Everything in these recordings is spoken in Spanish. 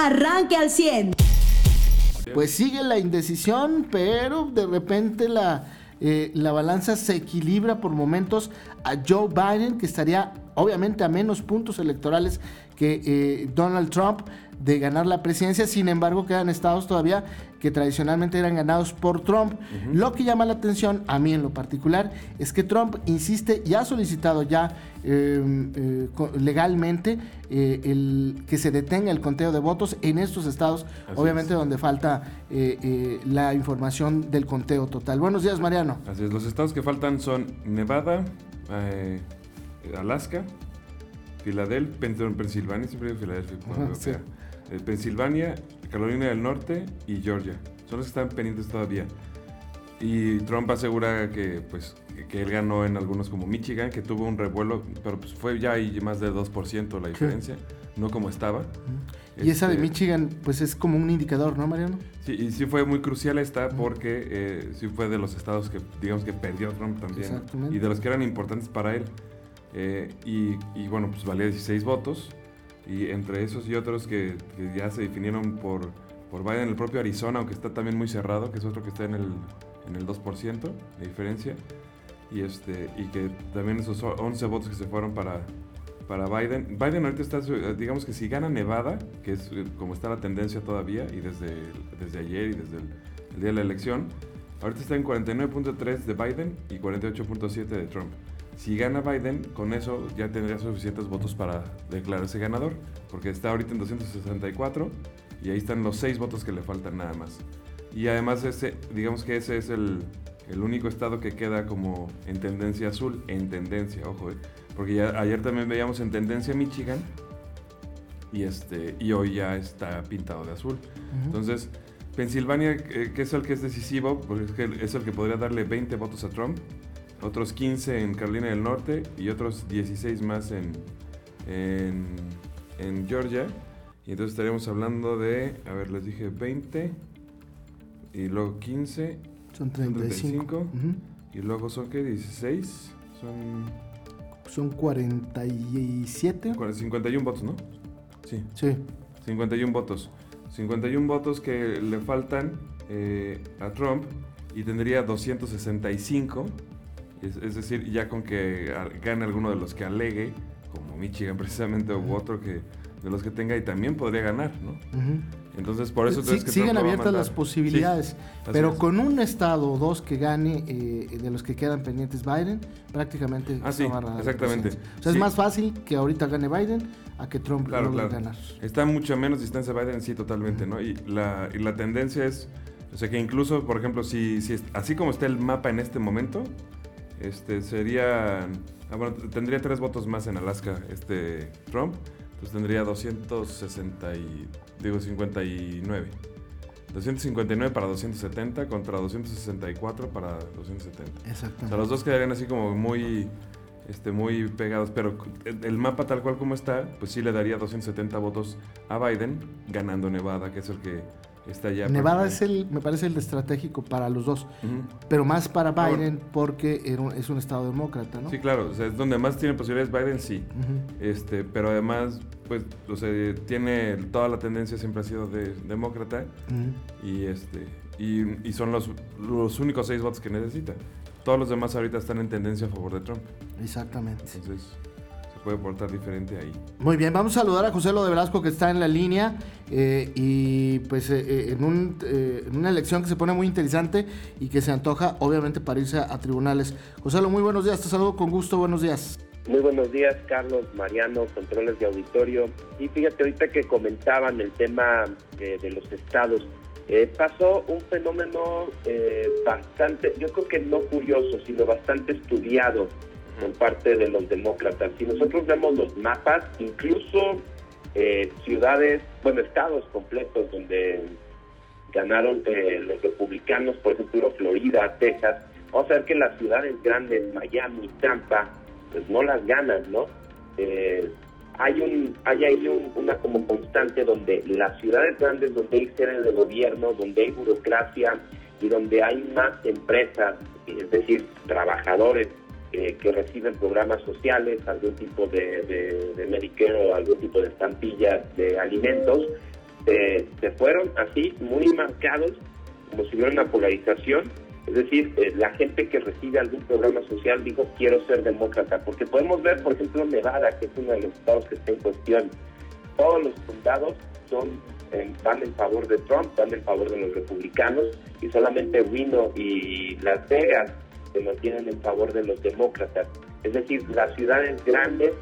arranque al 100. Pues sigue la indecisión, pero de repente la balanza se equilibra por momentos a Joe Biden, que estaría obviamente a menos puntos electorales que Donald Trump de ganar la presidencia. Sin embargo, quedan estados todavía que tradicionalmente eran ganados por Trump. Uh-huh. Lo que llama la atención, a mí en lo particular, es que Trump insiste y ha solicitado ya legalmente que se detenga el conteo de votos en estos estados, así obviamente es, donde falta la información del conteo total. Buenos días, Mariano. Así es, los estados que faltan son Nevada, Alaska, Pensilvania, siempre digo Filadelfia, sí. Pensilvania, Carolina del Norte y Georgia. Son los que están pendientes todavía. Y Trump asegura que él ganó en algunos como Michigan, que tuvo un revuelo, pero pues fue ya ahí más de 2% la diferencia, sí, no como estaba. Y esa de Michigan, pues es como un indicador, ¿no, Mariano? Sí, y sí fue muy crucial esta porque sí fue de los estados que, digamos, que perdió Trump también. Y de los que eran importantes para él. Y bueno, pues valía 16 votos. Y entre esos y otros que ya se definieron por Biden, el propio Arizona, aunque está también muy cerrado, que es otro que está en el 2% de diferencia. Y que también esos 11 votos que se fueron para Biden. Biden ahorita está, digamos que si gana Nevada, que es como está la tendencia todavía, y desde ayer y desde el día de la elección, ahorita está en 49.3 de Biden y 48.7 de Trump. Si gana Biden, con eso ya tendría suficientes votos para declararse ganador, porque está ahorita en 264 y ahí están los 6 votos que le faltan nada más. Y además digamos que ese es el único estado que queda como en tendencia azul, ojo, porque ya ayer también veíamos en tendencia Michigan y hoy ya está pintado de azul. Uh-huh. Entonces, Pensilvania, que es el que es decisivo, porque es el que podría darle 20 votos a Trump, otros 15 en Carolina del Norte y otros 16 más en Georgia. Y entonces estaríamos hablando de, les dije 20 y luego 15. Son 35. Uh-huh. Y luego son, ¿qué? 16. Son 47. 51 votos, ¿no? Sí. 51 votos. 51 votos que le faltan a Trump y tendría 265. Es decir, ya con que gane alguno de los que alegue, como Michigan precisamente, u otro de los que tenga, y también podría ganar, ¿no? Uh-huh. Entonces, por eso... siguen abiertas las posibilidades, sí, pero con un estado o dos que gane de los que quedan pendientes Biden, prácticamente... sí, exactamente. O sea, es más fácil que ahorita gane Biden a que Trump logre ganar. Está mucho menos distancia Biden, sí, totalmente, ¿no? Y la tendencia es... O sea, que incluso, por ejemplo, si así como está el mapa en este momento... tendría 3 votos más en Alaska Trump, pues tendría 59. 259 para 270 contra 264 para 270. Exactamente. O sea, los dos quedarían así como muy pegados, pero el mapa tal cual como está, pues sí le daría 270 votos a Biden, ganando Nevada, que es el que está ya. Nevada me parece el estratégico para los dos, uh-huh, pero más para Biden porque es un estado demócrata, ¿no? Sí, claro, o sea, es donde más tiene posibilidades Biden, sí. Uh-huh. Pero además, pues, o sea, tiene toda la tendencia, siempre ha sido demócrata, uh-huh, y son los únicos 6 votos que necesita. Todos los demás ahorita están en tendencia a favor de Trump. Exactamente. Entonces, puede portar diferente ahí. Muy bien, vamos a saludar a José Lo de Velasco, que está en la línea y pues en una elección que se pone muy interesante y que se antoja obviamente para irse a tribunales. José Lo, muy buenos días, te saludo con gusto, buenos días. Muy buenos días, Carlos, Mariano, controles de auditorio. Y fíjate, ahorita que comentaban el tema de los estados, pasó un fenómeno bastante, yo creo que no curioso, sino bastante estudiado por parte de los demócratas. Si nosotros vemos los mapas, incluso ciudades, estados completos donde ganaron los republicanos, por ejemplo, Florida, Texas, vamos a ver que las ciudades grandes, Miami, Tampa, pues no las ganan, ¿no? Hay una como constante donde las ciudades grandes, donde hay sedes de gobierno, donde hay burocracia y donde hay más empresas, es decir, trabajadores que reciben programas sociales, algún tipo de Medicare o algún tipo de estampillas de alimentos, se fueron así, muy marcados, como si hubiera una polarización. Es decir, la gente que recibe algún programa social dijo, quiero ser demócrata, porque podemos ver, por ejemplo, Nevada, que es uno de los estados que está en cuestión. Todos los condados van en favor de Trump, van en favor de los republicanos, y solamente Reno y Las Vegas se mantienen en favor de los demócratas. Es decir, las ciudades grandes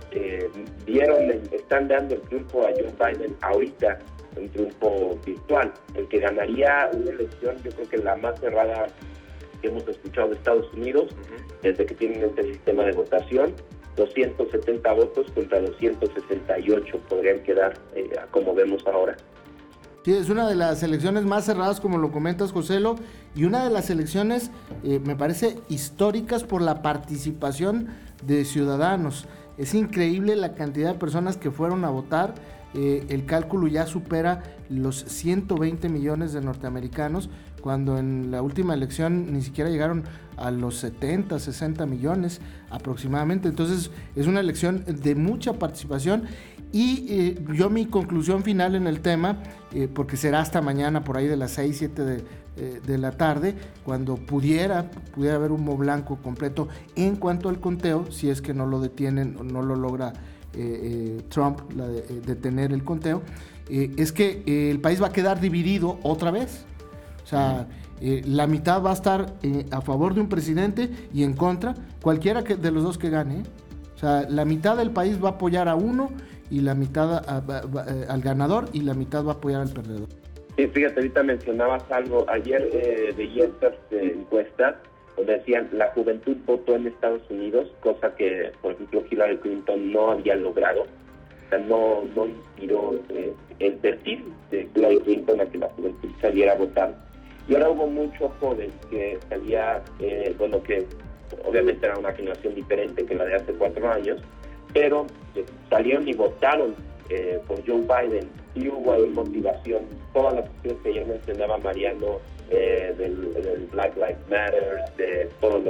están dando el triunfo a Joe Biden ahorita, un triunfo virtual. El que ganaría una elección, yo creo que la más cerrada que hemos escuchado de Estados Unidos, desde que tienen este sistema de votación, 270 votos contra 268 podrían quedar como vemos ahora. Sí, es una de las elecciones más cerradas, como lo comentas, Joselo, y una de las elecciones, me parece, históricas por la participación de ciudadanos. Es increíble la cantidad de personas que fueron a votar. El cálculo ya supera los 120 millones de norteamericanos, cuando en la última elección ni siquiera llegaron a los 70, 60 millones aproximadamente. Entonces es una elección de mucha participación. Y yo mi conclusión final en el tema, porque será hasta mañana por ahí de las 6, 7 de la tarde, cuando pudiera haber humo blanco completo en cuanto al conteo, si es que no lo detienen o no lo logra Trump detener el conteo, es que el país va a quedar dividido otra vez. O sea, la mitad va a estar a favor de un presidente y en contra, cualquiera de los dos que gane. O sea, la mitad del país va a apoyar a uno y la mitad al ganador, y la mitad va a apoyar al perdedor. Sí, fíjate, ahorita mencionabas algo. Ayer veía estas encuestas donde decían la juventud votó en Estados Unidos, cosa que, por ejemplo, Hillary Clinton no había logrado. O sea, no inspiró el perfil de Hillary Clinton a que la juventud saliera a votar. Y ahora hubo mucho joven que salía, que obviamente era una generación diferente que la de hace 4 años, pero salieron y votaron por Joe Biden, y hubo ahí motivación. Todas las cuestiones que ya mencionaba Mariano, del Black Lives Matter, de todos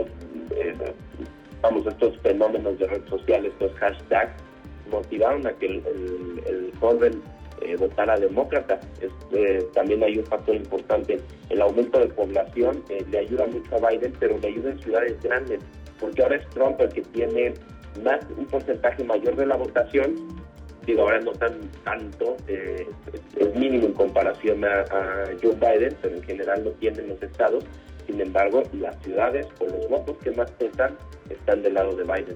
estos fenómenos de redes sociales, estos hashtags, motivaron a que el joven votara demócrata. También hay un factor importante, el aumento de población le ayuda mucho a Biden, pero le ayuda en ciudades grandes, porque ahora es Trump el que tiene un porcentaje mayor de la votación. Digo, ahora no tanto, es mínimo en comparación a Joe Biden, pero en general lo tienen los estados. Sin embargo, las ciudades con los votos que más pesan están del lado de Biden.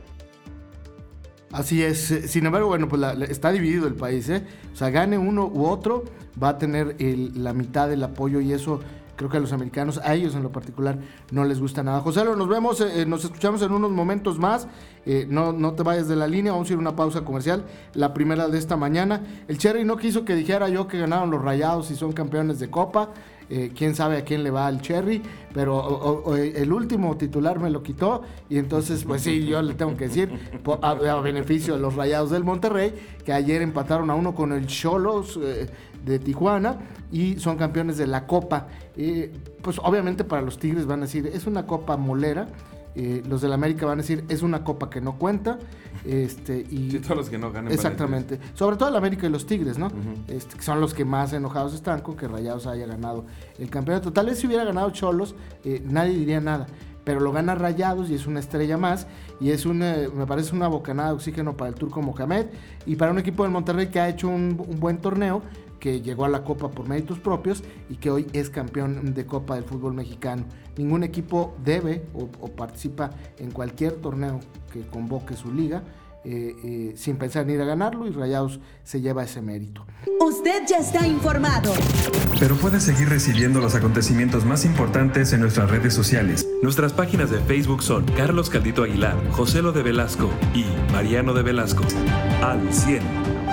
Así es. Sin embargo, bueno, pues está dividido el país, O sea, gane uno u otro, va a tener la mitad del apoyo, y eso creo que a los americanos, a ellos en lo particular, no les gusta nada. José, nos vemos, nos escuchamos en unos momentos más. No te vayas de la línea, vamos a ir a una pausa comercial, la primera de esta mañana. El Cherry no quiso que dijera yo que ganaron los Rayados y son campeones de Copa. Quién sabe a quién le va al Cherry, pero el último titular me lo quitó, y entonces pues sí, yo le tengo que decir a beneficio de los Rayados del Monterrey, que ayer empataron a 1 con el Xolos de Tijuana y son campeones de la Copa. Pues obviamente para los Tigres van a decir, es una copa molera. Los del América van a decir, es una copa que no cuenta. Y sí, todos los que no ganen. Exactamente. Sobre todo el América y los Tigres, ¿no? Que son los que más enojados están con que Rayados haya ganado el campeonato. Tal vez si hubiera ganado Xolos, nadie diría nada. Pero lo gana Rayados y es una estrella más. Y es me parece una bocanada de oxígeno para el Turco Mohamed y para un equipo del Monterrey que ha hecho un buen torneo, que llegó a la Copa por méritos propios y que hoy es campeón de Copa del fútbol mexicano. Ningún equipo debe o participa en cualquier torneo que convoque su liga sin pensar en ir a ganarlo, y Rayados se lleva ese mérito. Usted ya está informado. Pero puede seguir recibiendo los acontecimientos más importantes en nuestras redes sociales. Nuestras páginas de Facebook son Carlos Caldito Aguilar, Joselo de Velasco y Mariano de Velasco. Al 100.